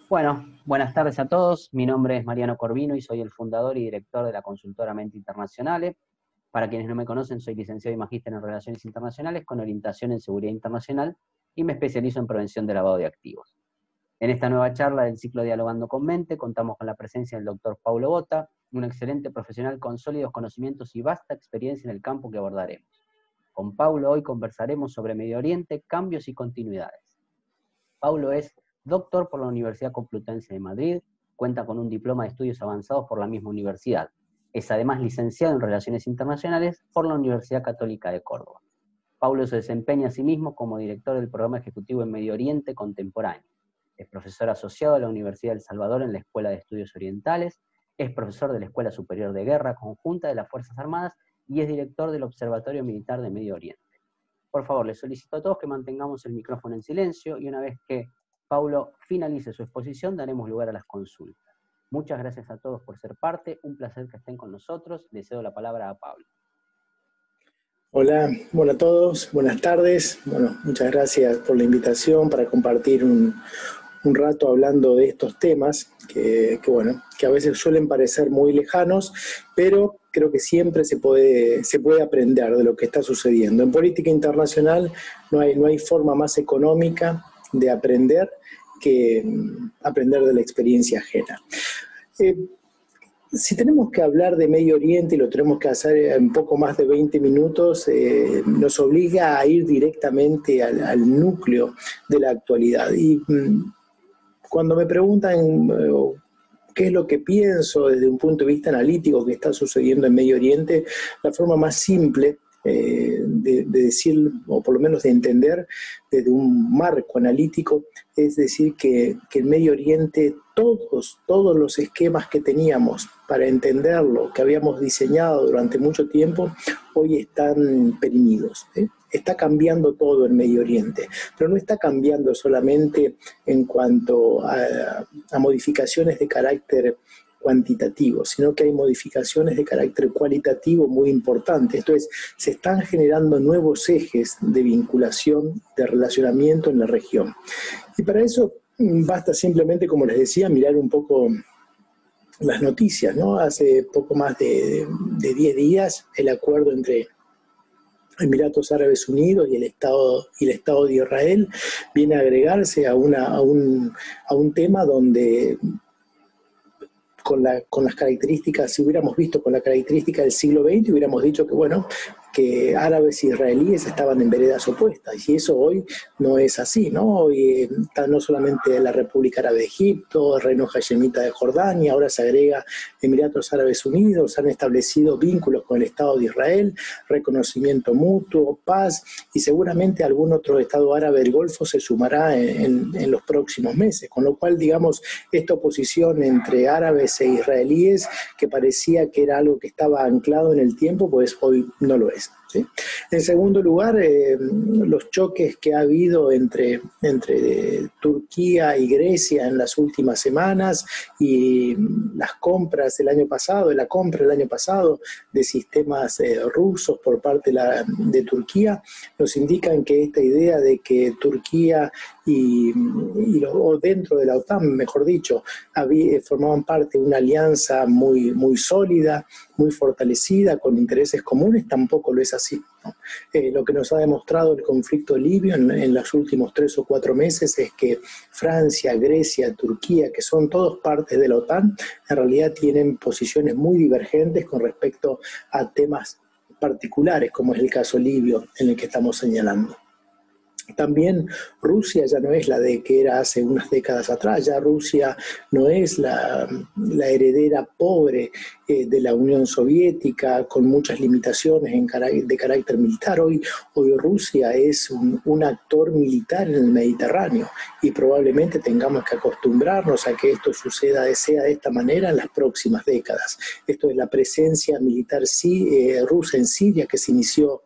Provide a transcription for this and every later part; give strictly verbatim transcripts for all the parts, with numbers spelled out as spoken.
Bueno, buenas tardes a todos. Mi nombre es Mariano Corvino y soy el fundador y director de la consultora Mente Internacionales. Para quienes no me conocen, soy licenciado y magíster en Relaciones Internacionales con orientación en Seguridad Internacional y me especializo en prevención de lavado de activos. En esta nueva charla del ciclo Dialogando con Mente contamos con la presencia del doctor Paulo Botta, un excelente profesional con sólidos conocimientos y vasta experiencia en el campo que abordaremos. Con Paulo hoy conversaremos sobre Medio Oriente, cambios y continuidades. Paulo es doctor por la Universidad Complutense de Madrid, cuenta con un diploma de estudios avanzados por la misma universidad. Es además licenciado en Relaciones Internacionales por la Universidad Católica de Córdoba. Paulo se desempeña a sí mismo como director del programa ejecutivo en Medio Oriente Contemporáneo. Es profesor asociado a la Universidad de El Salvador en la Escuela de Estudios Orientales, es profesor de la Escuela Superior de Guerra Conjunta de las Fuerzas Armadas y es director del Observatorio Militar de Medio Oriente. Por favor, les solicito a todos que mantengamos el micrófono en silencio y una vez que Paulo finalice su exposición, daremos lugar a las consultas. Muchas gracias a todos por ser parte, un placer que estén con nosotros. Le cedo la palabra a Paulo. Hola, hola a todos, buenas tardes. Bueno, muchas gracias por la invitación para compartir un, un rato hablando de estos temas que, que, bueno, que a veces suelen parecer muy lejanos, pero creo que siempre se puede, se puede aprender de lo que está sucediendo. En política internacional no hay, no hay forma más económica de aprender que aprender de la experiencia ajena. Eh, si tenemos que hablar de Medio Oriente y lo tenemos que hacer en poco más de veinte minutos, eh, nos obliga a ir directamente al, al núcleo de la actualidad. Y mm, cuando me preguntan eh, qué es lo que pienso desde un punto de vista analítico que está sucediendo en Medio Oriente, la forma más simple Eh, de, de decir, o por lo menos de entender desde un marco analítico, es decir que, que en Medio Oriente todos, todos los esquemas que teníamos para entenderlo, que habíamos diseñado durante mucho tiempo, hoy están perimidos, ¿eh? Está cambiando todo en Medio Oriente, pero no está cambiando solamente en cuanto a, a modificaciones de carácter cuantitativo, sino que hay modificaciones de carácter cualitativo muy importantes. Entonces, se están generando nuevos ejes de vinculación, de relacionamiento en la región. Y para eso basta simplemente, como les decía, mirar un poco las noticias, ¿no? Hace poco más de, de diez días, el acuerdo entre Emiratos Árabes Unidos y el Estado, y el Estado de Israel viene a agregarse a, una, a, un, a un tema donde Con, la, con las características, si hubiéramos visto con la característica del siglo veinte, hubiéramos dicho que, bueno, que árabes e israelíes estaban en veredas opuestas, y eso hoy no es así, ¿no? Hoy está no solamente la República Árabe de Egipto, el Reino Hashemita de Jordania, ahora se agrega Emiratos Árabes Unidos, han establecido vínculos con el Estado de Israel, reconocimiento mutuo, paz, y seguramente algún otro Estado árabe del Golfo se sumará en, en, en los próximos meses, con lo cual, digamos, esta oposición entre árabes e israelíes, que parecía que era algo que estaba anclado en el tiempo, pues hoy no lo es. ¿Sí? En segundo lugar, eh, los choques que ha habido entre, entre eh, Turquía y Grecia en las últimas semanas y las compras del año pasado, la compra del año pasado de sistemas eh, rusos por parte de, la, de Turquía, nos indican que esta idea de que Turquía y, y lo, o dentro de la OTAN, mejor dicho, había, formaban parte de una alianza muy, muy sólida, muy fortalecida, con intereses comunes, tampoco lo es así, ¿no? Eh, lo que nos ha demostrado el conflicto libio en, en los últimos tres o cuatro meses es que Francia, Grecia, Turquía, que son todos partes de la OTAN, en realidad tienen posiciones muy divergentes con respecto a temas particulares, como es el caso libio en el que estamos señalando. También Rusia ya no es la de que era hace unas décadas atrás, ya Rusia no es la, la heredera pobre eh, de la Unión Soviética, con muchas limitaciones en carácter, de carácter militar. Hoy, hoy Rusia es un, un actor militar en el Mediterráneo y probablemente tengamos que acostumbrarnos a que esto suceda, sea de esta manera en las próximas décadas. Esto es la presencia militar sí, eh, rusa en Siria, que se inició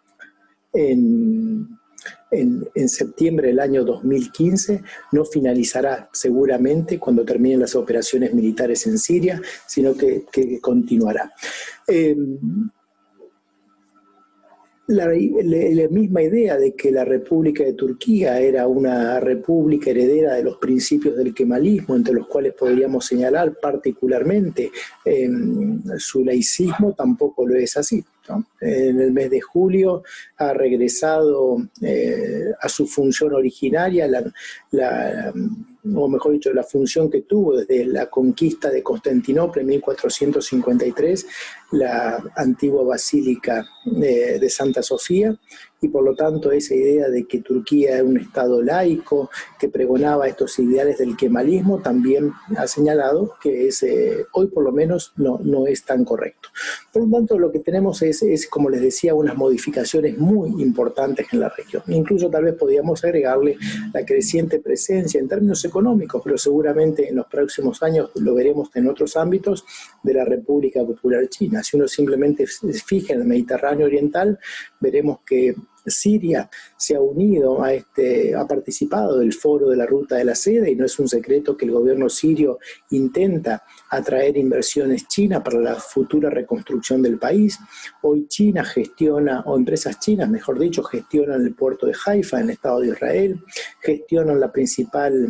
en... En, en septiembre del año dos mil quince, no finalizará seguramente cuando terminen las operaciones militares en Siria, sino que, que continuará. Eh, La, la, la misma idea de que la República de Turquía era una república heredera de los principios del kemalismo, entre los cuales podríamos señalar particularmente eh, su laicismo, tampoco lo es así, ¿no? En el mes de julio ha regresado eh, a su función originaria, la, la, o mejor dicho, la función que tuvo desde la conquista de Constantinopla en mil cuatrocientos cincuenta y tres, la antigua basílica de, de Santa Sofía, y por lo tanto esa idea de que Turquía era un estado laico que pregonaba estos ideales del kemalismo también ha señalado que es, eh, hoy por lo menos no, no es tan correcto. Por lo tanto, lo que tenemos es, es, como les decía, unas modificaciones muy importantes en la región. Incluso tal vez podríamos agregarle la creciente presencia en términos económicos, pero seguramente en los próximos años lo veremos en otros ámbitos, de la República Popular China. Si uno simplemente se fija en el Mediterráneo Oriental, veremos que Siria se ha unido a este, ha participado del foro de la Ruta de la Seda, y no es un secreto que el gobierno sirio intenta atraer inversiones chinas para la futura reconstrucción del país. Hoy China gestiona, o empresas chinas, mejor dicho, gestionan el puerto de Haifa en el Estado de Israel, gestionan la principal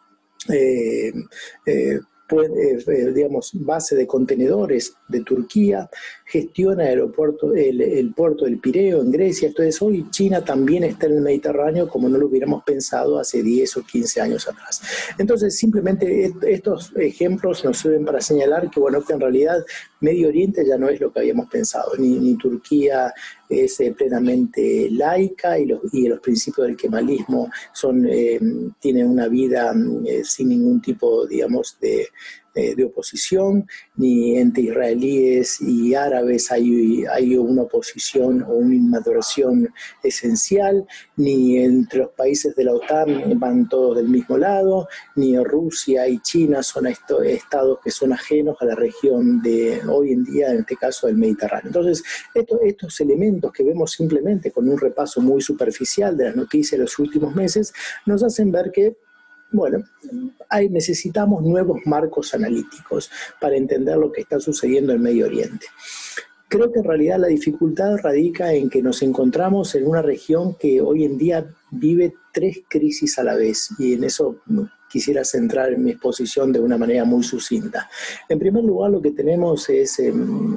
eh, eh, Eh, digamos, base de contenedores de Turquía, gestiona el, aeropuerto, el, el puerto del Pireo en Grecia. Entonces hoy China también está en el Mediterráneo como no lo hubiéramos pensado hace diez o quince años atrás. Entonces simplemente estos ejemplos nos sirven para señalar que, bueno, que en realidad Medio Oriente ya no es lo que habíamos pensado, ni, ni Turquía es eh, plenamente laica, y los, y los principios del kemalismo son, eh, tienen una vida eh, sin ningún tipo, digamos, de, eh, de oposición, ni entre israelíes y árabes hay, hay una oposición o una inmaduración esencial, ni entre los países de la OTAN van todos del mismo lado, ni Rusia y China son esto, estados que son ajenos a la región de hoy en día, en este caso del Mediterráneo. Entonces, esto, estos elementos que vemos simplemente con un repaso muy superficial de las noticias de los últimos meses, nos hacen ver que, bueno, hay, necesitamos nuevos marcos analíticos para entender lo que está sucediendo en Medio Oriente. Creo que en realidad la dificultad radica en que nos encontramos en una región que hoy en día vive tres crisis a la vez, y en eso quisiera centrar mi exposición de una manera muy sucinta. En primer lugar, lo que tenemos es eh,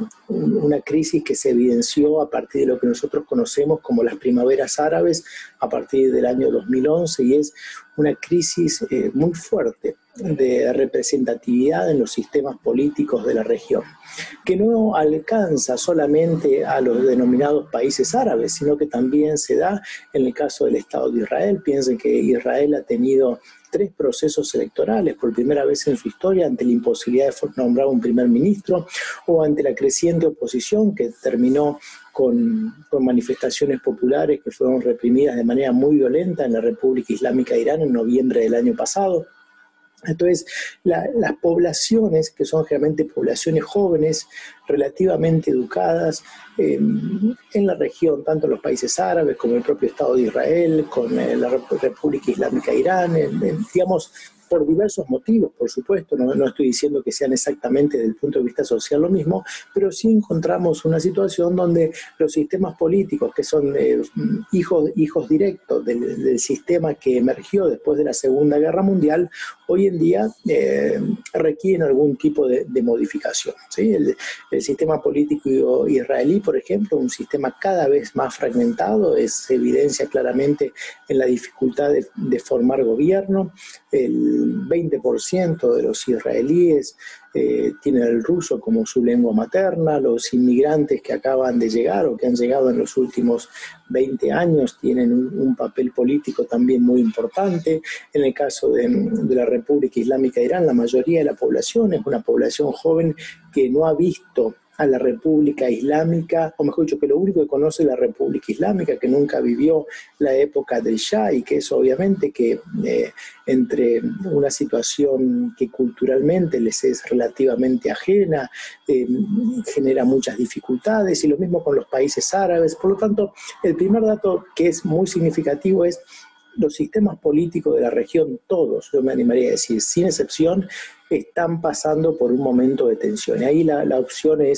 una crisis que se evidenció a partir de lo que nosotros conocemos como las primaveras árabes a partir del año dos mil once, y es una crisis eh, muy fuerte de representatividad en los sistemas políticos de la región, que no alcanza solamente a los denominados países árabes, sino que también se da en el caso del Estado de Israel. Piensen que Israel ha tenido tres procesos electorales por primera vez en su historia, ante la imposibilidad de nombrar un primer ministro, o ante la creciente oposición que terminó con, con manifestaciones populares que fueron reprimidas de manera muy violenta en la República Islámica de Irán en noviembre del año pasado. Entonces, la, las poblaciones, que son generalmente poblaciones jóvenes, relativamente educadas, eh, en la región, tanto los países árabes como el propio Estado de Israel, con eh, la República Islámica de Irán, en, en, digamos, por diversos motivos, por supuesto, no, no estoy diciendo que sean exactamente desde el punto de vista social lo mismo, pero sí encontramos una situación donde los sistemas políticos, que son eh, hijos, hijos directos del, del sistema que emergió después de la Segunda Guerra Mundial, hoy en día eh, requieren algún tipo de, de modificación, ¿sí? El, el sistema político israelí, por ejemplo, un sistema cada vez más fragmentado, es, se evidencia claramente en la dificultad de, de formar gobierno. El veinte por ciento de los israelíes eh, tienen el ruso como su lengua materna. Los inmigrantes que acaban de llegar o que han llegado en los últimos veinte años tienen un, un papel político también muy importante. En el caso de, de la República Islámica de Irán, la mayoría de la población es una población joven que no ha visto a la República Islámica, o mejor dicho, que lo único que conoce es la República Islámica, que nunca vivió la época del Shah, y que es obviamente que eh, entre una situación que culturalmente les es relativamente ajena, eh, genera muchas dificultades, y lo mismo con los países árabes. Por lo tanto, el primer dato que es muy significativo es los sistemas políticos de la región, todos, yo me animaría a decir, sin excepción, están pasando por un momento de tensión. Y ahí la, la opción es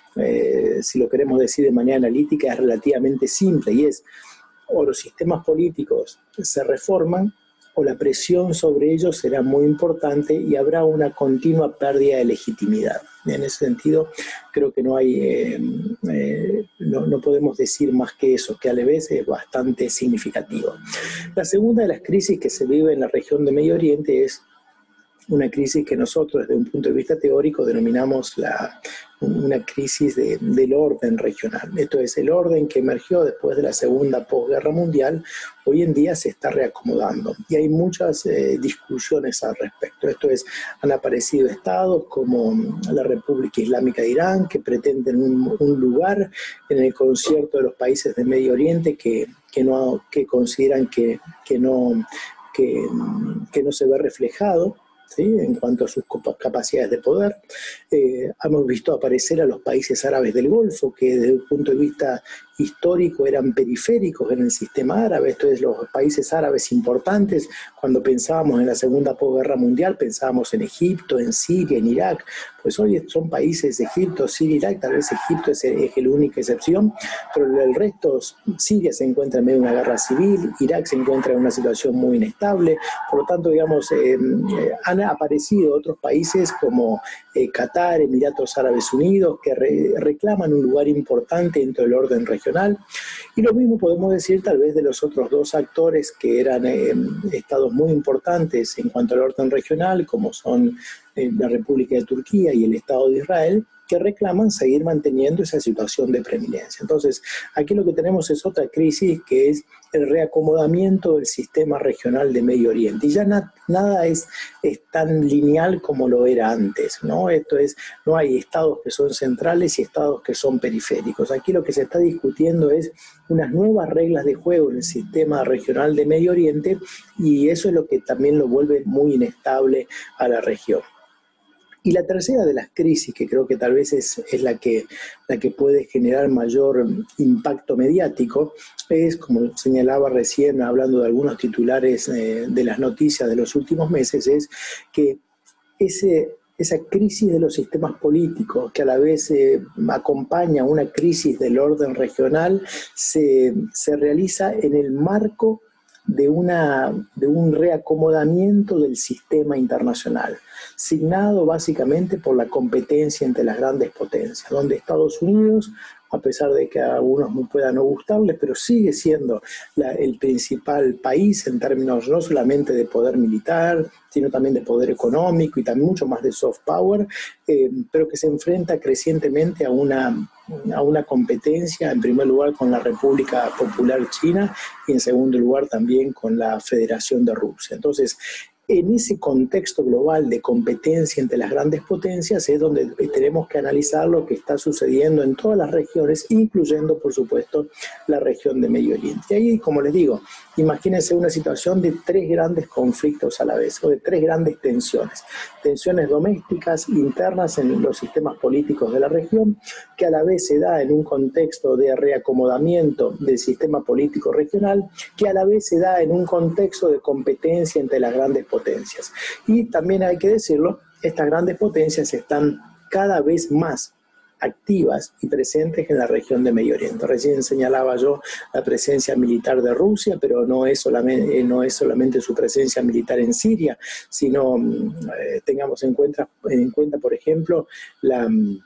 eh, si lo queremos decir de manera analítica, es relativamente simple, y es: o los sistemas políticos se reforman, o la presión sobre ellos será muy importante y habrá una continua pérdida de legitimidad. En ese sentido, creo que no hay, eh, eh, no, no podemos decir más que eso, que a la vez es bastante significativo. La segunda de las crisis que se vive en la región de Medio Oriente es una crisis que nosotros, desde un punto de vista teórico, denominamos la, una crisis de, del orden regional. Esto es, el orden que emergió después de la Segunda Posguerra Mundial, hoy en día se está reacomodando. Y hay muchas eh, discusiones al respecto. Esto es, han aparecido estados como la República Islámica de Irán, que pretenden un, un lugar en el concierto de los países de Medio Oriente que, que, no, que consideran que, que, no, que, que no se ve reflejado, ¿sí?, en cuanto a sus capacidades de poder. Eh, hemos visto aparecer a los países árabes del Golfo, que desde un punto de vista histórico eran periféricos en el sistema árabe. Esto es, los países árabes importantes. Cuando pensábamos en la Segunda Posguerra Mundial, pensábamos en Egipto, en Siria, en Irak. Pues hoy son países, Egipto, Siria, Irak, tal vez Egipto es, es la única excepción, pero el resto, Siria se encuentra en medio de una guerra civil, Irak se encuentra en una situación muy inestable. Por lo tanto, digamos, eh, eh, han aparecido otros países como eh, Qatar, Emiratos Árabes Unidos, que re, reclaman un lugar importante dentro del orden regional. Y lo mismo podemos decir tal vez de los otros dos actores que eran eh, estados muy importantes en cuanto al orden regional, como son eh, la República de Turquía y el Estado de Israel, que reclaman seguir manteniendo esa situación de preeminencia. Entonces, aquí lo que tenemos es otra crisis, que es el reacomodamiento del sistema regional de Medio Oriente. Y ya na nada es, es tan lineal como lo era antes, ¿no? Esto es, no hay estados que son centrales y estados que son periféricos. Aquí lo que se está discutiendo es unas nuevas reglas de juego en el sistema regional de Medio Oriente, y eso es lo que también lo vuelve muy inestable a la región. Y la tercera de las crisis, que creo que tal vez es, es la, que, la que puede generar mayor impacto mediático, es, como señalaba recién, hablando de algunos titulares eh, de las noticias de los últimos meses, es que ese, esa crisis de los sistemas políticos, que a la vez eh, acompaña una crisis del orden regional, se, se realiza en el marco de, una, de un reacomodamiento del sistema internacional, signado básicamente por la competencia entre las grandes potencias, donde Estados Unidos, a pesar de que a algunos no pueda no gustarles, pero sigue siendo la, el principal país en términos no solamente de poder militar, sino también de poder económico y también mucho más de soft power, eh, pero que se enfrenta crecientemente a una, a una competencia, en primer lugar con la República Popular China y en segundo lugar también con la Federación de Rusia. Entonces, en ese contexto global de competencia entre las grandes potencias es donde tenemos que analizar lo que está sucediendo en todas las regiones, incluyendo, por supuesto, la región de Medio Oriente. Y ahí, como les digo, imagínense una situación de tres grandes conflictos a la vez, o de tres grandes tensiones. Tensiones domésticas, internas en los sistemas políticos de la región, que a la vez se da en un contexto de reacomodamiento del sistema político regional, que a la vez se da en un contexto de competencia entre las grandes potencias. Potencias. Y también hay que decirlo, estas grandes potencias están cada vez más activas y presentes en la región de Medio Oriente. Recién señalaba yo la presencia militar de Rusia, pero no es solamente, no es solamente su presencia militar en Siria, sino eh, tengamos en cuenta, en cuenta, por ejemplo, la...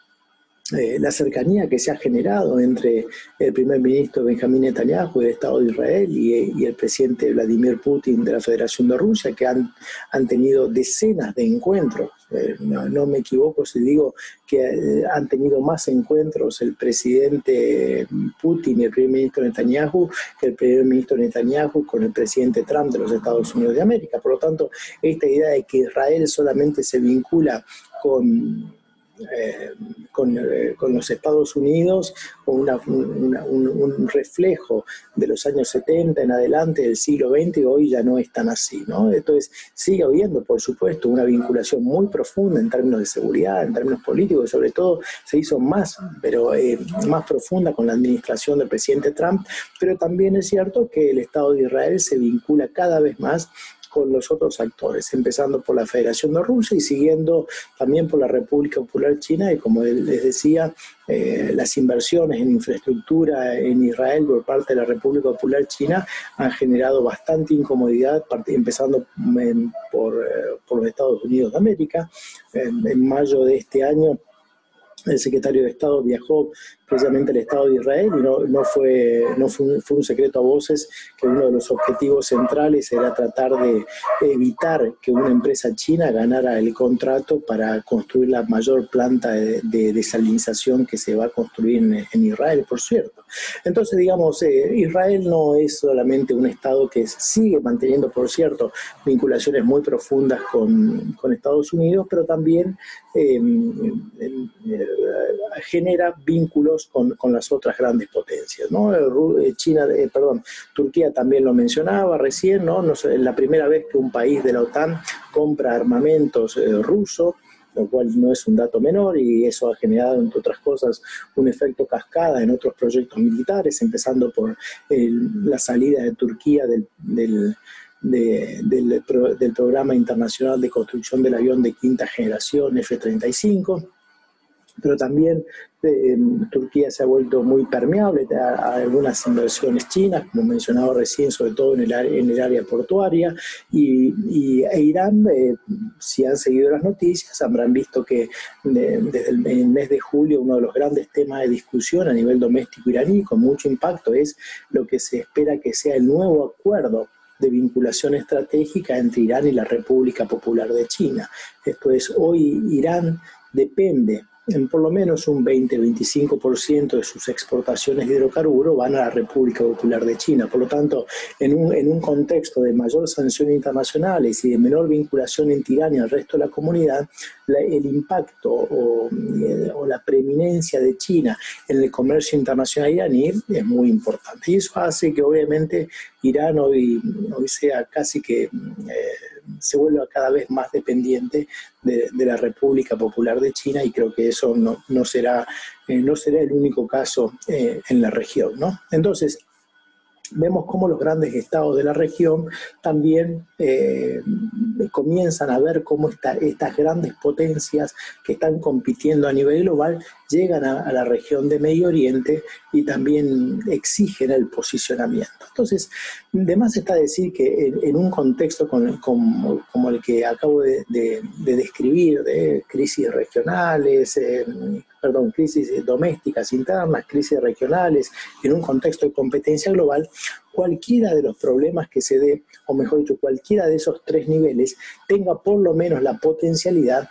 Eh, la cercanía que se ha generado entre el primer ministro Benjamín Netanyahu del Estado de Israel y, y el presidente Vladimir Putin de la Federación de Rusia, que han, han tenido decenas de encuentros. Eh, no, no me equivoco si digo que eh, han tenido más encuentros el presidente Putin y el primer ministro Netanyahu que el primer ministro Netanyahu con el presidente Trump de los Estados Unidos de América. Por lo tanto, esta idea de que Israel solamente se vincula con... Eh, con, eh, con los Estados Unidos, con una, una, un, un reflejo de los años setenta en adelante del siglo veinte, hoy ya no es tan así, ¿no? Entonces sigue habiendo, por supuesto, una vinculación muy profunda en términos de seguridad, en términos políticos, y sobre todo se hizo más, pero eh, más profunda con la administración del presidente Trump, pero también es cierto que el Estado de Israel se vincula cada vez más con los otros actores, empezando por la Federación de Rusia y siguiendo también por la República Popular China, y como les decía, eh, las inversiones en infraestructura en Israel por parte de la República Popular China han generado bastante incomodidad, empezando en, por, eh, por los Estados Unidos de América. En, en mayo de este año, el secretario de Estado viajó precisamente al Estado de Israel y no, no, fue, no fue, un, fue un secreto a voces que uno de los objetivos centrales era tratar de evitar que una empresa china ganara el contrato para construir la mayor planta de, de desalinización que se va a construir en, en Israel, por cierto. Entonces, digamos, eh, Israel no es solamente un Estado que sigue manteniendo, por cierto, vinculaciones muy profundas con, con Estados Unidos, pero también eh, eh, genera vínculos Con, con las otras grandes potencias, ¿no? China, eh, perdón, Turquía también lo mencionaba recién, ¿no? No sé, es la primera vez que un país de la OTAN compra armamentos eh, ruso, lo cual no es un dato menor, y eso ha generado, entre otras cosas, un efecto cascada en otros proyectos militares, empezando por el, la salida de Turquía del, del De, del, del Programa Internacional de Construcción del Avión de Quinta Generación F treinta y cinco, pero también eh, Turquía se ha vuelto muy permeable a, a algunas inversiones chinas, como mencionaba recién, sobre todo en el, en el área portuaria, y, y e Irán, eh, si han seguido las noticias, habrán visto que de, desde el, el mes de julio uno de los grandes temas de discusión a nivel doméstico iraní, con mucho impacto, es lo que se espera que sea el nuevo acuerdo de vinculación estratégica entre Irán y la República Popular de China. Esto es, hoy Irán depende en por lo menos un veinte a veinticinco por ciento de sus exportaciones de hidrocarburos van a la República Popular de China. Por lo tanto, en un, en un contexto de mayor sanciones internacionales y de menor vinculación entre Irán y el resto de la comunidad, la, el impacto o, o la preeminencia de China en el comercio internacional iraní es muy importante. Y eso hace que obviamente Irán hoy, hoy sea casi que... Eh, se vuelva cada vez más dependiente de, de la República Popular de China, y creo que eso no, no, será, eh, no será el único caso eh, en la región, ¿no? Entonces, vemos cómo los grandes estados de la región también eh, comienzan a ver cómo esta, estas grandes potencias que están compitiendo a nivel global llegan a, a la región de Medio Oriente y también exigen el posicionamiento. Entonces, de más está decir que en, en un contexto con, con, como el que acabo de, de, de describir, de crisis regionales, eh, perdón, crisis domésticas internas, crisis regionales, en un contexto de competencia global, cualquiera de los problemas que se dé, o mejor dicho, cualquiera de esos tres niveles, tenga por lo menos la potencialidad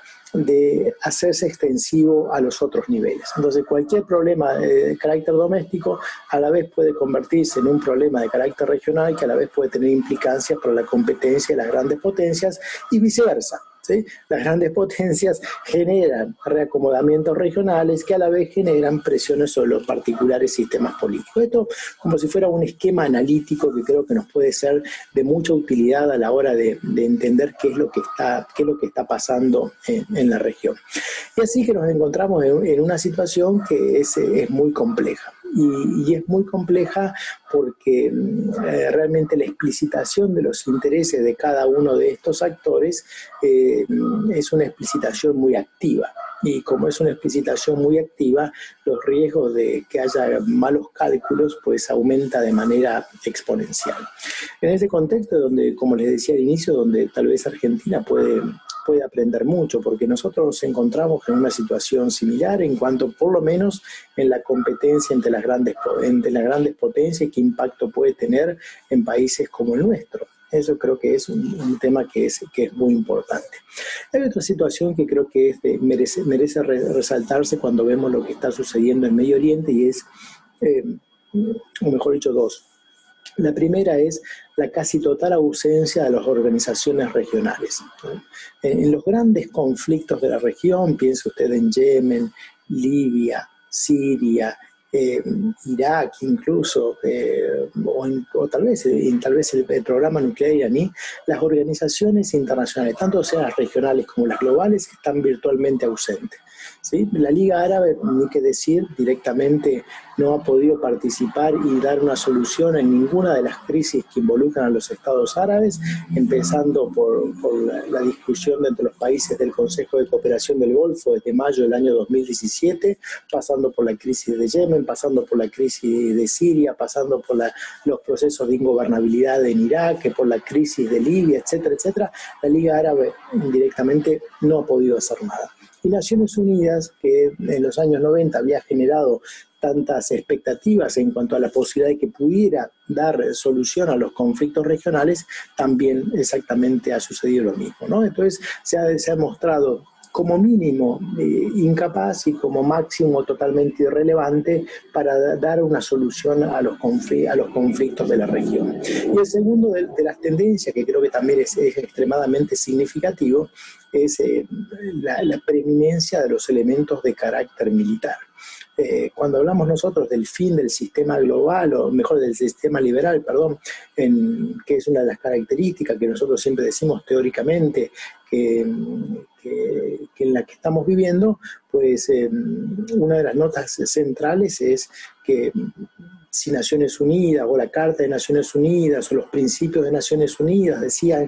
de hacerse extensivo a los otros niveles. Entonces, cualquier problema de carácter doméstico a la vez puede convertirse en un problema de carácter regional, que a la vez puede tener implicancias para la competencia de las grandes potencias y viceversa. ¿Sí? Las grandes potencias generan reacomodamientos regionales que a la vez generan presiones sobre los particulares sistemas políticos. Esto como si fuera un esquema analítico que creo que nos puede ser de mucha utilidad a la hora de, de entender qué es lo que está, qué es lo que está pasando en, en la región. Y así que nos encontramos en, en una situación que es, es muy compleja. Y, y es muy compleja porque eh, realmente la explicitación de los intereses de cada uno de estos actores eh, es una explicitación muy activa. Y como es una explicitación muy activa, los riesgos de que haya malos cálculos pues aumenta de manera exponencial. En ese contexto donde, como les decía al inicio, donde tal vez Argentina puede... puede aprender mucho, porque nosotros nos encontramos en una situación similar en cuanto, por lo menos, en la competencia entre las grandes, entre las grandes potencias y qué impacto puede tener en países como el nuestro. Eso creo que es un, un tema que es, que es muy importante. Hay otra situación que creo que es de, merece, merece resaltarse cuando vemos lo que está sucediendo en Medio Oriente, y es, eh, o mejor dicho, dos. La primera es la casi total ausencia de las organizaciones regionales. En los grandes conflictos de la región, piense usted en Yemen, Libia, Siria, eh, Irak incluso, eh, o, en, o tal vez, en, tal vez el, el programa nuclear iraní, las organizaciones internacionales, tanto sean las regionales como las globales, están virtualmente ausentes. ¿sí? La Liga Árabe, ni que decir, directamente no ha podido participar y dar una solución en ninguna de las crisis que involucran a los estados árabes, empezando por, por la, la discusión entre los países del Consejo de Cooperación del Golfo desde mayo del año dos mil diecisiete, pasando por la crisis de Yemen, pasando por la crisis de Siria, pasando por la, los procesos de ingobernabilidad en Irak, por la crisis de Libia, etcétera, etcétera. La Liga Árabe directamente no ha podido hacer nada. Y Naciones Unidas, que en los años noventa había generado tantas expectativas en cuanto a la posibilidad de que pudiera dar solución a los conflictos regionales, también exactamente ha sucedido lo mismo, ¿no? Entonces se ha, se ha mostrado como mínimo eh, incapaz y como máximo totalmente irrelevante para dar una solución a los, confl a los conflictos de la región. Y el segundo de, de las tendencias, que creo que también es, es extremadamente significativo, es eh, la, la preeminencia de los elementos de carácter militar. Eh, cuando hablamos nosotros del fin del sistema global, o mejor del sistema liberal, perdón, en, que es una de las características que nosotros siempre decimos teóricamente que, que, que en la que estamos viviendo, pues eh, una de las notas centrales es que si Naciones Unidas o la Carta de Naciones Unidas o los principios de Naciones Unidas decían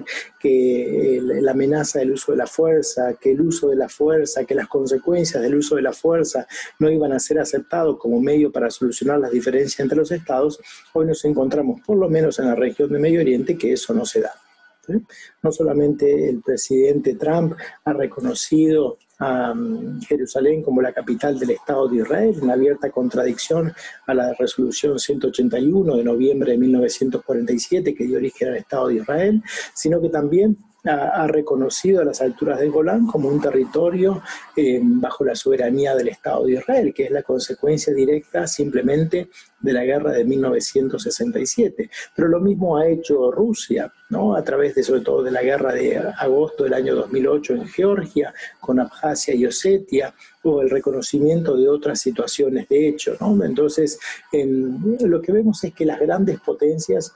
que la amenaza del uso de la fuerza, que el uso de la fuerza, que las consecuencias del uso de la fuerza no iban a ser aceptados como medio para solucionar las diferencias entre los estados, hoy nos encontramos, por lo menos en la región de Medio Oriente, que eso no se da. ¿Sí? No solamente el presidente Trump ha reconocido a Jerusalén como la capital del Estado de Israel, en abierta contradicción a la resolución ciento ochenta y uno de noviembre de mil novecientos cuarenta y siete que dio origen al Estado de Israel, sino que también ha, ha reconocido a las alturas del Golán como un territorio eh, bajo la soberanía del Estado de Israel, que es la consecuencia directa simplemente de la guerra de mil novecientos sesenta y siete. Pero lo mismo ha hecho Rusia, ¿no? A través de, sobre todo, de la guerra de agosto del año dos mil ocho en Georgia, con Abjasia y Osetia, o el reconocimiento de otras situaciones de hecho, ¿no? Entonces, en, lo que vemos es que las grandes potencias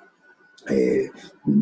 eh,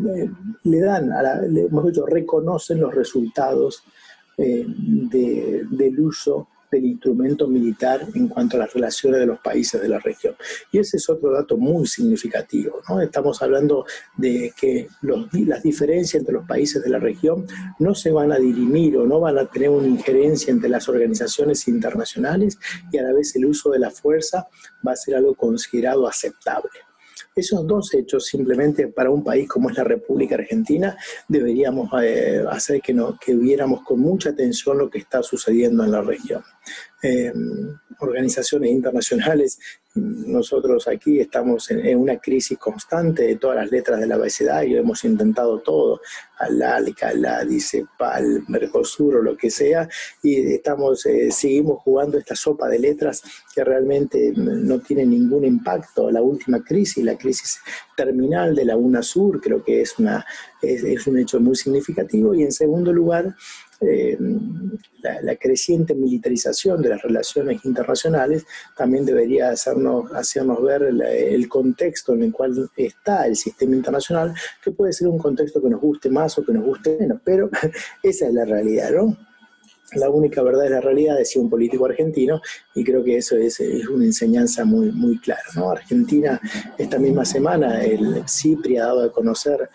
le dan, a la, le, hemos dicho, reconocen los resultados eh, de, del uso del instrumento militar en cuanto a las relaciones de los países de la región. Y ese es otro dato muy significativo, ¿no? Estamos hablando de que los, las diferencias entre los países de la región no se van a dirimir o no van a tener una injerencia entre las organizaciones internacionales, y a la vez el uso de la fuerza va a ser algo considerado aceptable. Esos dos hechos, simplemente para un país como es la República Argentina, deberíamos eh, hacer que, no, que viéramos con mucha atención lo que está sucediendo en la región. Eh, organizaciones internacionales, nosotros aquí estamos en, en una crisis constante de todas las letras del abecedario, hemos intentado todo, ALALCA, ALADI, CEPAL, Mercosur o lo que sea, y estamos, eh, seguimos jugando esta sopa de letras que realmente no tiene ningún impacto. La última crisis, la crisis terminal de la UNASUR, creo que es, una, es, es un hecho muy significativo, y en segundo lugar, Eh, la, la creciente militarización de las relaciones internacionales también debería hacernos, hacernos ver el, el contexto en el cual está el sistema internacional, que puede ser un contexto que nos guste más o que nos guste menos, pero esa es la realidad, ¿no? La única verdad es la realidad, decía un político argentino, y creo que eso es, es una enseñanza muy, muy clara, ¿no? Argentina, esta misma semana, el CIPRI ha dado a conocer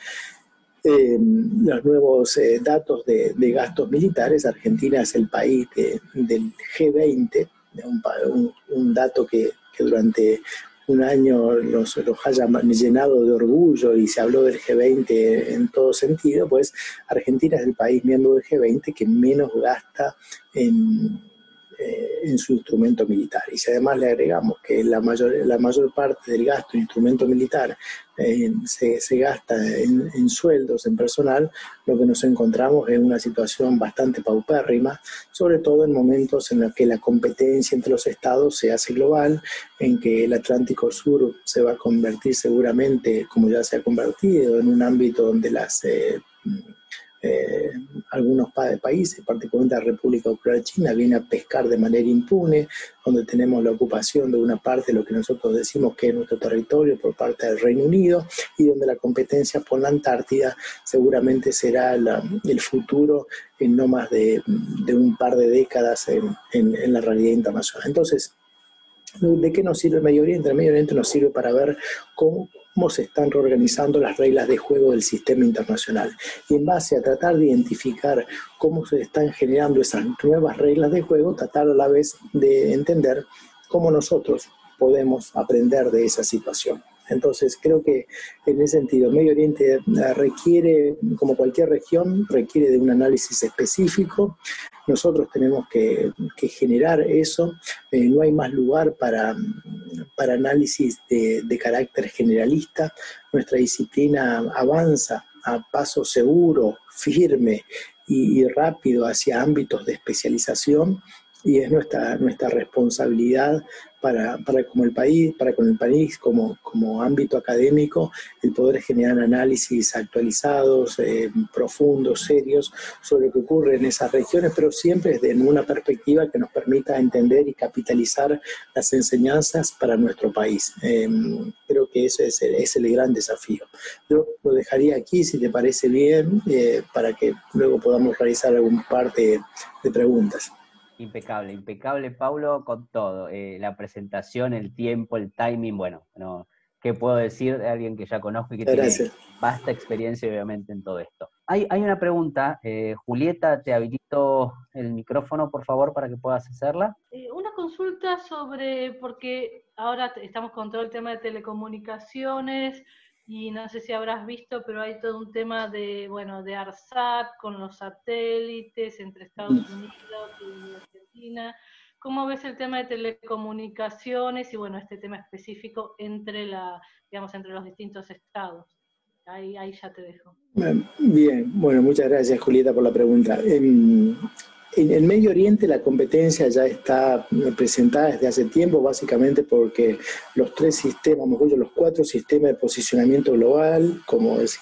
Eh, los nuevos eh, datos de, de gastos militares. Argentina es el país de, del G veinte, un, un, un dato que, que durante un año los, los haya llenado de orgullo y se habló del G veinte en todo sentido. Pues Argentina es el país miembro del G veinte que menos gasta en... en su instrumento militar. Y si además le agregamos que la mayor, la mayor parte del gasto en instrumento militar eh, se, se gasta en, en sueldos, en personal, lo que nos encontramos es una situación bastante paupérrima, sobre todo en momentos en los que la competencia entre los estados se hace global, en que el Atlántico Sur se va a convertir seguramente, como ya se ha convertido, en un ámbito donde las... Eh, eh, algunos pa países, particularmente la República Popular China, viene a pescar de manera impune, donde tenemos la ocupación de una parte de lo que nosotros decimos que es nuestro territorio por parte del Reino Unido, y donde la competencia por la Antártida seguramente será la, el futuro en no más de, de un par de décadas en, en, en la realidad internacional. Entonces, ¿de qué nos sirve el Medio Oriente? El Medio Oriente nos sirve para ver cómo, cómo se están reorganizando las reglas de juego del sistema internacional. Y en base a tratar de identificar cómo se están generando esas nuevas reglas de juego, tratar a la vez de entender cómo nosotros podemos aprender de esa situación. Entonces, creo que en ese sentido, Medio Oriente requiere, como cualquier región, requiere de un análisis específico. Nosotros tenemos que, que generar eso. Eh, no hay más lugar para, para análisis de, de carácter generalista. Nuestra disciplina avanza a paso seguro, firme y, y rápido hacia ámbitos de especialización, y es nuestra, nuestra responsabilidad para, para, como el país, para con el país como, como ámbito académico, el poder generar análisis actualizados, eh, profundos, serios, sobre lo que ocurre en esas regiones, pero siempre desde una perspectiva que nos permita entender y capitalizar las enseñanzas para nuestro país. Eh, creo que ese es el, es el gran desafío. Yo lo dejaría aquí, si te parece bien, eh, para que luego podamos realizar algún par de, de preguntas. Impecable, impecable, Paulo, con todo. Eh, la presentación, el tiempo, el timing, bueno, no, ¿qué puedo decir de alguien que ya conozco y que Gracias. tiene vasta experiencia, obviamente, en todo esto? Hay, hay una pregunta, eh, Julieta, te habilito el micrófono, por favor, para que puedas hacerla. Eh, una consulta sobre, porque ahora estamos con todo el tema de telecomunicaciones, y no sé si habrás visto, pero hay todo un tema de, bueno, de ARSAT con los satélites entre Estados Unidos y Argentina. ¿Cómo ves el tema de telecomunicaciones y, bueno, este tema específico entre la, digamos, entre los distintos estados? Ahí, ahí ya te dejo. Bien, bueno, muchas gracias, Julieta, por la pregunta. En, en el Medio Oriente la competencia ya está presentada desde hace tiempo, básicamente porque los tres sistemas, mejor dicho, los cuatro sistemas de posicionamiento global, como es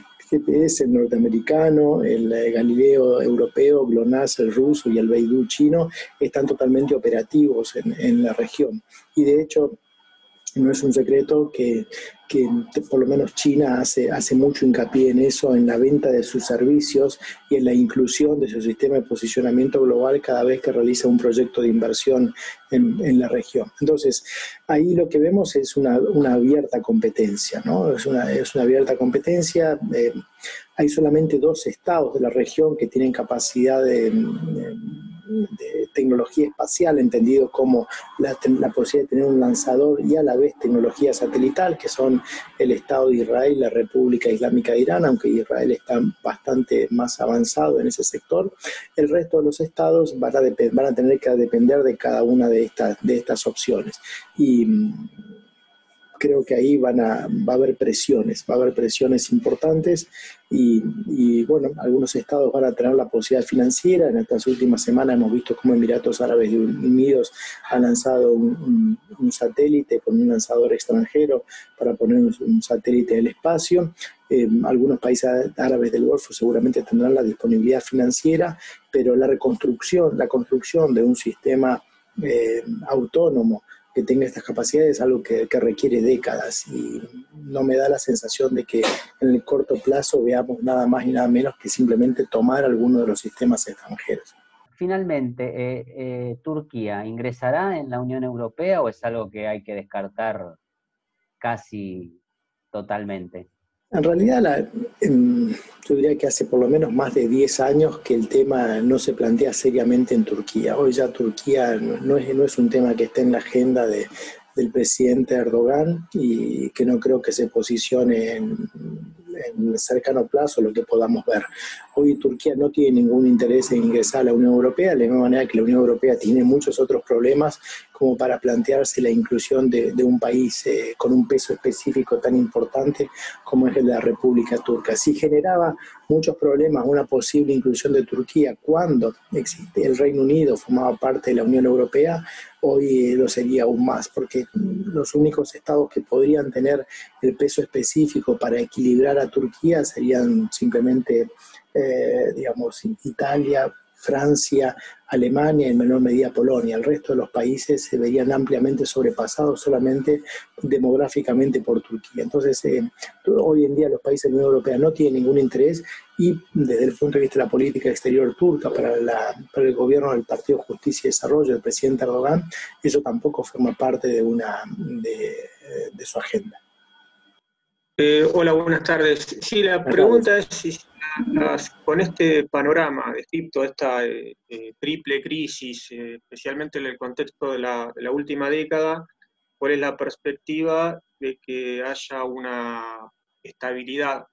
G P S, el norteamericano, el Galileo europeo, GLONASS, el ruso, y el Beidou chino, están totalmente operativos en, en la región. Y de hecho, no es un secreto que, que por lo menos China hace, hace mucho hincapié en eso, en la venta de sus servicios y en la inclusión de su sistema de posicionamiento global cada vez que realiza un proyecto de inversión en, en la región. Entonces, ahí lo que vemos es una, una abierta competencia, ¿no? Es una, es una abierta competencia. Eh, hay solamente dos estados de la región que tienen capacidad de... de de tecnología espacial, entendido como la, la posibilidad de tener un lanzador y a la vez tecnología satelital, que son el Estado de Israel y la República Islámica de Irán, aunque Israel está bastante más avanzado en ese sector. El resto de los estados van a, van a tener que depender de cada una de estas, de estas opciones. Y creo que ahí van a, va a haber presiones, va a haber presiones importantes y, y bueno, algunos estados van a tener la posibilidad financiera. En estas últimas semanas hemos visto cómo Emiratos Árabes Unidos ha lanzado un, un, un satélite con un lanzador extranjero para poner un, un satélite en el espacio. Eh, algunos países árabes del Golfo seguramente tendrán la disponibilidad financiera, pero la reconstrucción, la construcción de un sistema eh, autónomo que tenga estas capacidades es algo que, que requiere décadas, y no me da la sensación de que en el corto plazo veamos nada más y nada menos que simplemente tomar alguno de los sistemas extranjeros. Finalmente, eh, eh, ¿Turquía ingresará en la Unión Europea o es algo que hay que descartar casi totalmente? En realidad, la, en, yo diría que hace por lo menos más de diez años que el tema no se plantea seriamente en Turquía. Hoy ya Turquía no es, no es un tema que esté en la agenda de, del presidente Erdogan, y que no creo que se posicione en, en cercano plazo lo que podamos ver. Hoy Turquía no tiene ningún interés en ingresar a la Unión Europea, de la misma manera que la Unión Europea tiene muchos otros problemas como para plantearse la inclusión de, de un país eh, con un peso específico tan importante como es el de la República Turca. Si generaba muchos problemas una posible inclusión de Turquía cuando existe el Reino Unido formaba parte de la Unión Europea, hoy lo sería aún más, porque los únicos estados que podrían tener el peso específico para equilibrar a Turquía serían simplemente, eh, digamos, Italia, Francia, Alemania y en menor medida Polonia. El resto de los países se verían ampliamente sobrepasados solamente demográficamente por Turquía. Entonces, eh, hoy en día los países de la Unión Europea no tienen ningún interés y desde el punto de vista de la política exterior turca para, la, para el gobierno del Partido Justicia y Desarrollo del presidente Erdogan, eso tampoco forma parte de, una, de, de su agenda. Eh, hola, buenas tardes. Sí, la buenas pregunta tardes. es si las, con este panorama descrito, esta eh, eh, triple crisis, eh, especialmente en el contexto de la, de la última década, ¿cuál es la perspectiva de que haya una estabilidad?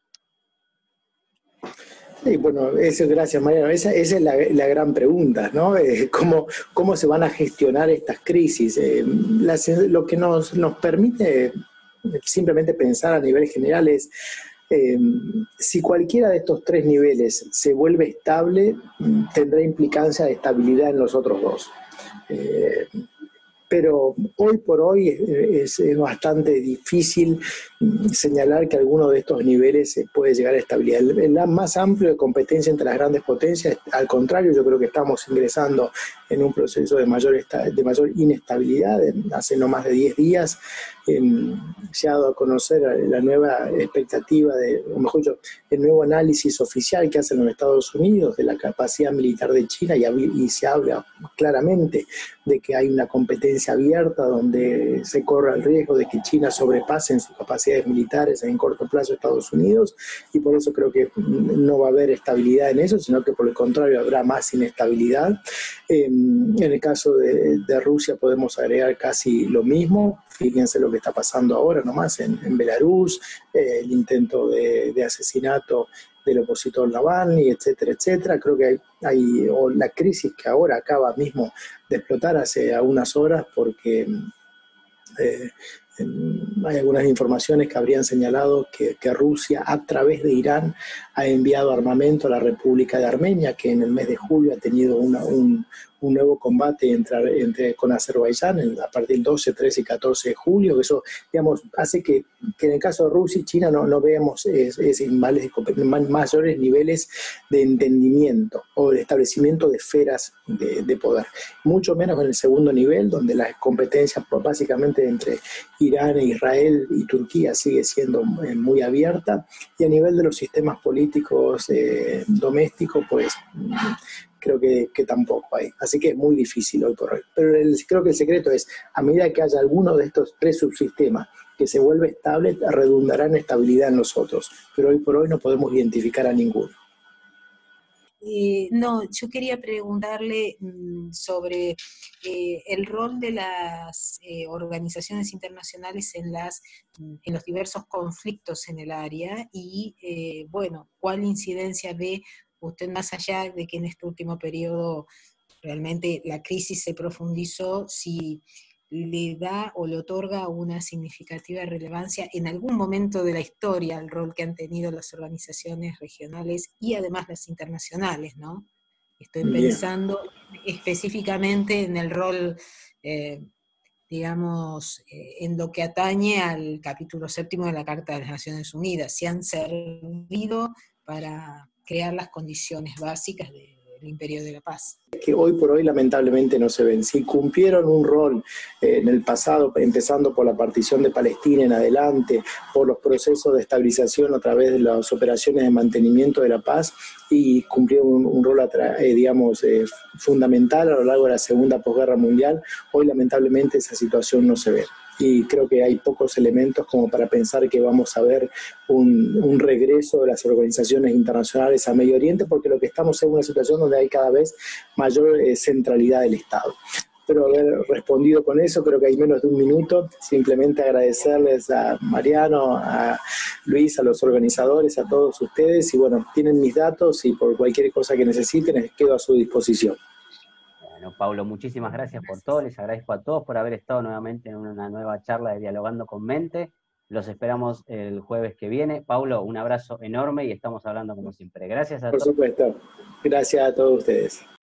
Sí, bueno, eso, gracias Mariano. Esa, esa es la, la gran pregunta, ¿no? Eh, ¿cómo, ¿Cómo se van a gestionar estas crisis? Eh, las, lo que nos, nos permite simplemente pensar a nivel general es, eh, si cualquiera de estos tres niveles se vuelve estable, tendrá implicancia de estabilidad en los otros dos. Eh, pero hoy por hoy es, es bastante difícil señalar que alguno de estos niveles puede llegar a estabilidad. El, el más amplio de competencia entre las grandes potencias, al contrario, yo creo que estamos ingresando en un proceso de mayor, de mayor inestabilidad. Hace no más de diez días eh, se ha dado a conocer la nueva expectativa, de, o mejor dicho, el nuevo análisis oficial que hacen los Estados Unidos de la capacidad militar de China y, y se habla claramente de que hay una competencia abierta donde se corre el riesgo de que China sobrepase en sus capacidades militares en corto plazo a Estados Unidos, y por eso creo que no va a haber estabilidad en eso, sino que por el contrario habrá más inestabilidad. Eh, en el caso de, de Rusia podemos agregar casi lo mismo. Fíjense lo que está pasando ahora nomás en, en Belarus, eh, el intento de, de asesinato del opositor Navalny, etcétera, etcétera. Creo que hay, hay o la crisis que ahora acaba mismo de explotar hace unas horas, porque eh, hay algunas informaciones que habrían señalado que, que Rusia, a través de Irán, ha enviado armamento a la República de Armenia, que en el mes de julio ha tenido una, un, un nuevo combate entre, entre, con Azerbaiyán en, a partir del doce, trece y catorce de julio. Eso, digamos, hace que, que en el caso de Rusia y China no, no veamos es, es mayores niveles de entendimiento o de establecimiento de esferas de, de poder. Mucho menos en el segundo nivel, donde las competencias básicamente entre Irán, Israel y Turquía sigue siendo muy abierta, y a nivel de los sistemas políticos eh, domésticos, pues creo que, que tampoco hay. Así que es muy difícil hoy por hoy. Pero el, creo que el secreto es, a medida que haya alguno de estos tres subsistemas que se vuelve estable, redundará en estabilidad en los otros. Pero hoy por hoy no podemos identificar a ninguno. Eh, no, yo quería preguntarle mmm, sobre eh, el rol de las eh, organizaciones internacionales en, las, en los diversos conflictos en el área y, eh, bueno, cuál incidencia ve usted, más allá de que en este último periodo realmente la crisis se profundizó, si le da o le otorga una significativa relevancia en algún momento de la historia al rol que han tenido las organizaciones regionales y además las internacionales, ¿no? Estoy pensando Bien. específicamente en el rol, eh, digamos, eh, en lo que atañe al capítulo séptimo de la Carta de las Naciones Unidas, si han servido para crear las condiciones básicas de el Imperio de la Paz. Que hoy por hoy lamentablemente no se ven. Sí cumplieron un rol eh, en el pasado, empezando por la partición de Palestina en adelante, por los procesos de estabilización a través de las operaciones de mantenimiento de la paz, y cumplieron un, un rol, eh, digamos, eh, fundamental a lo largo de la Segunda Posguerra Mundial. Hoy lamentablemente esa situación no se ve. Y creo que hay pocos elementos como para pensar que vamos a ver un, un regreso de las organizaciones internacionales a Medio Oriente, porque lo que estamos en una situación donde hay cada vez mayor eh, centralidad del Estado. Espero haber respondido con eso, creo que hay menos de un minuto. Simplemente agradecerles a Mariano, a Luis, a los organizadores, a todos ustedes, y bueno, tienen mis datos y por cualquier cosa que necesiten, les quedo a su disposición. Bueno, Pablo, muchísimas gracias por todo, les agradezco a todos por haber estado nuevamente en una nueva charla de Dialogando con Mente. Los esperamos el jueves que viene. Pablo, un abrazo enorme y estamos hablando como siempre. Gracias a todos. Por supuesto. Gracias a todos ustedes.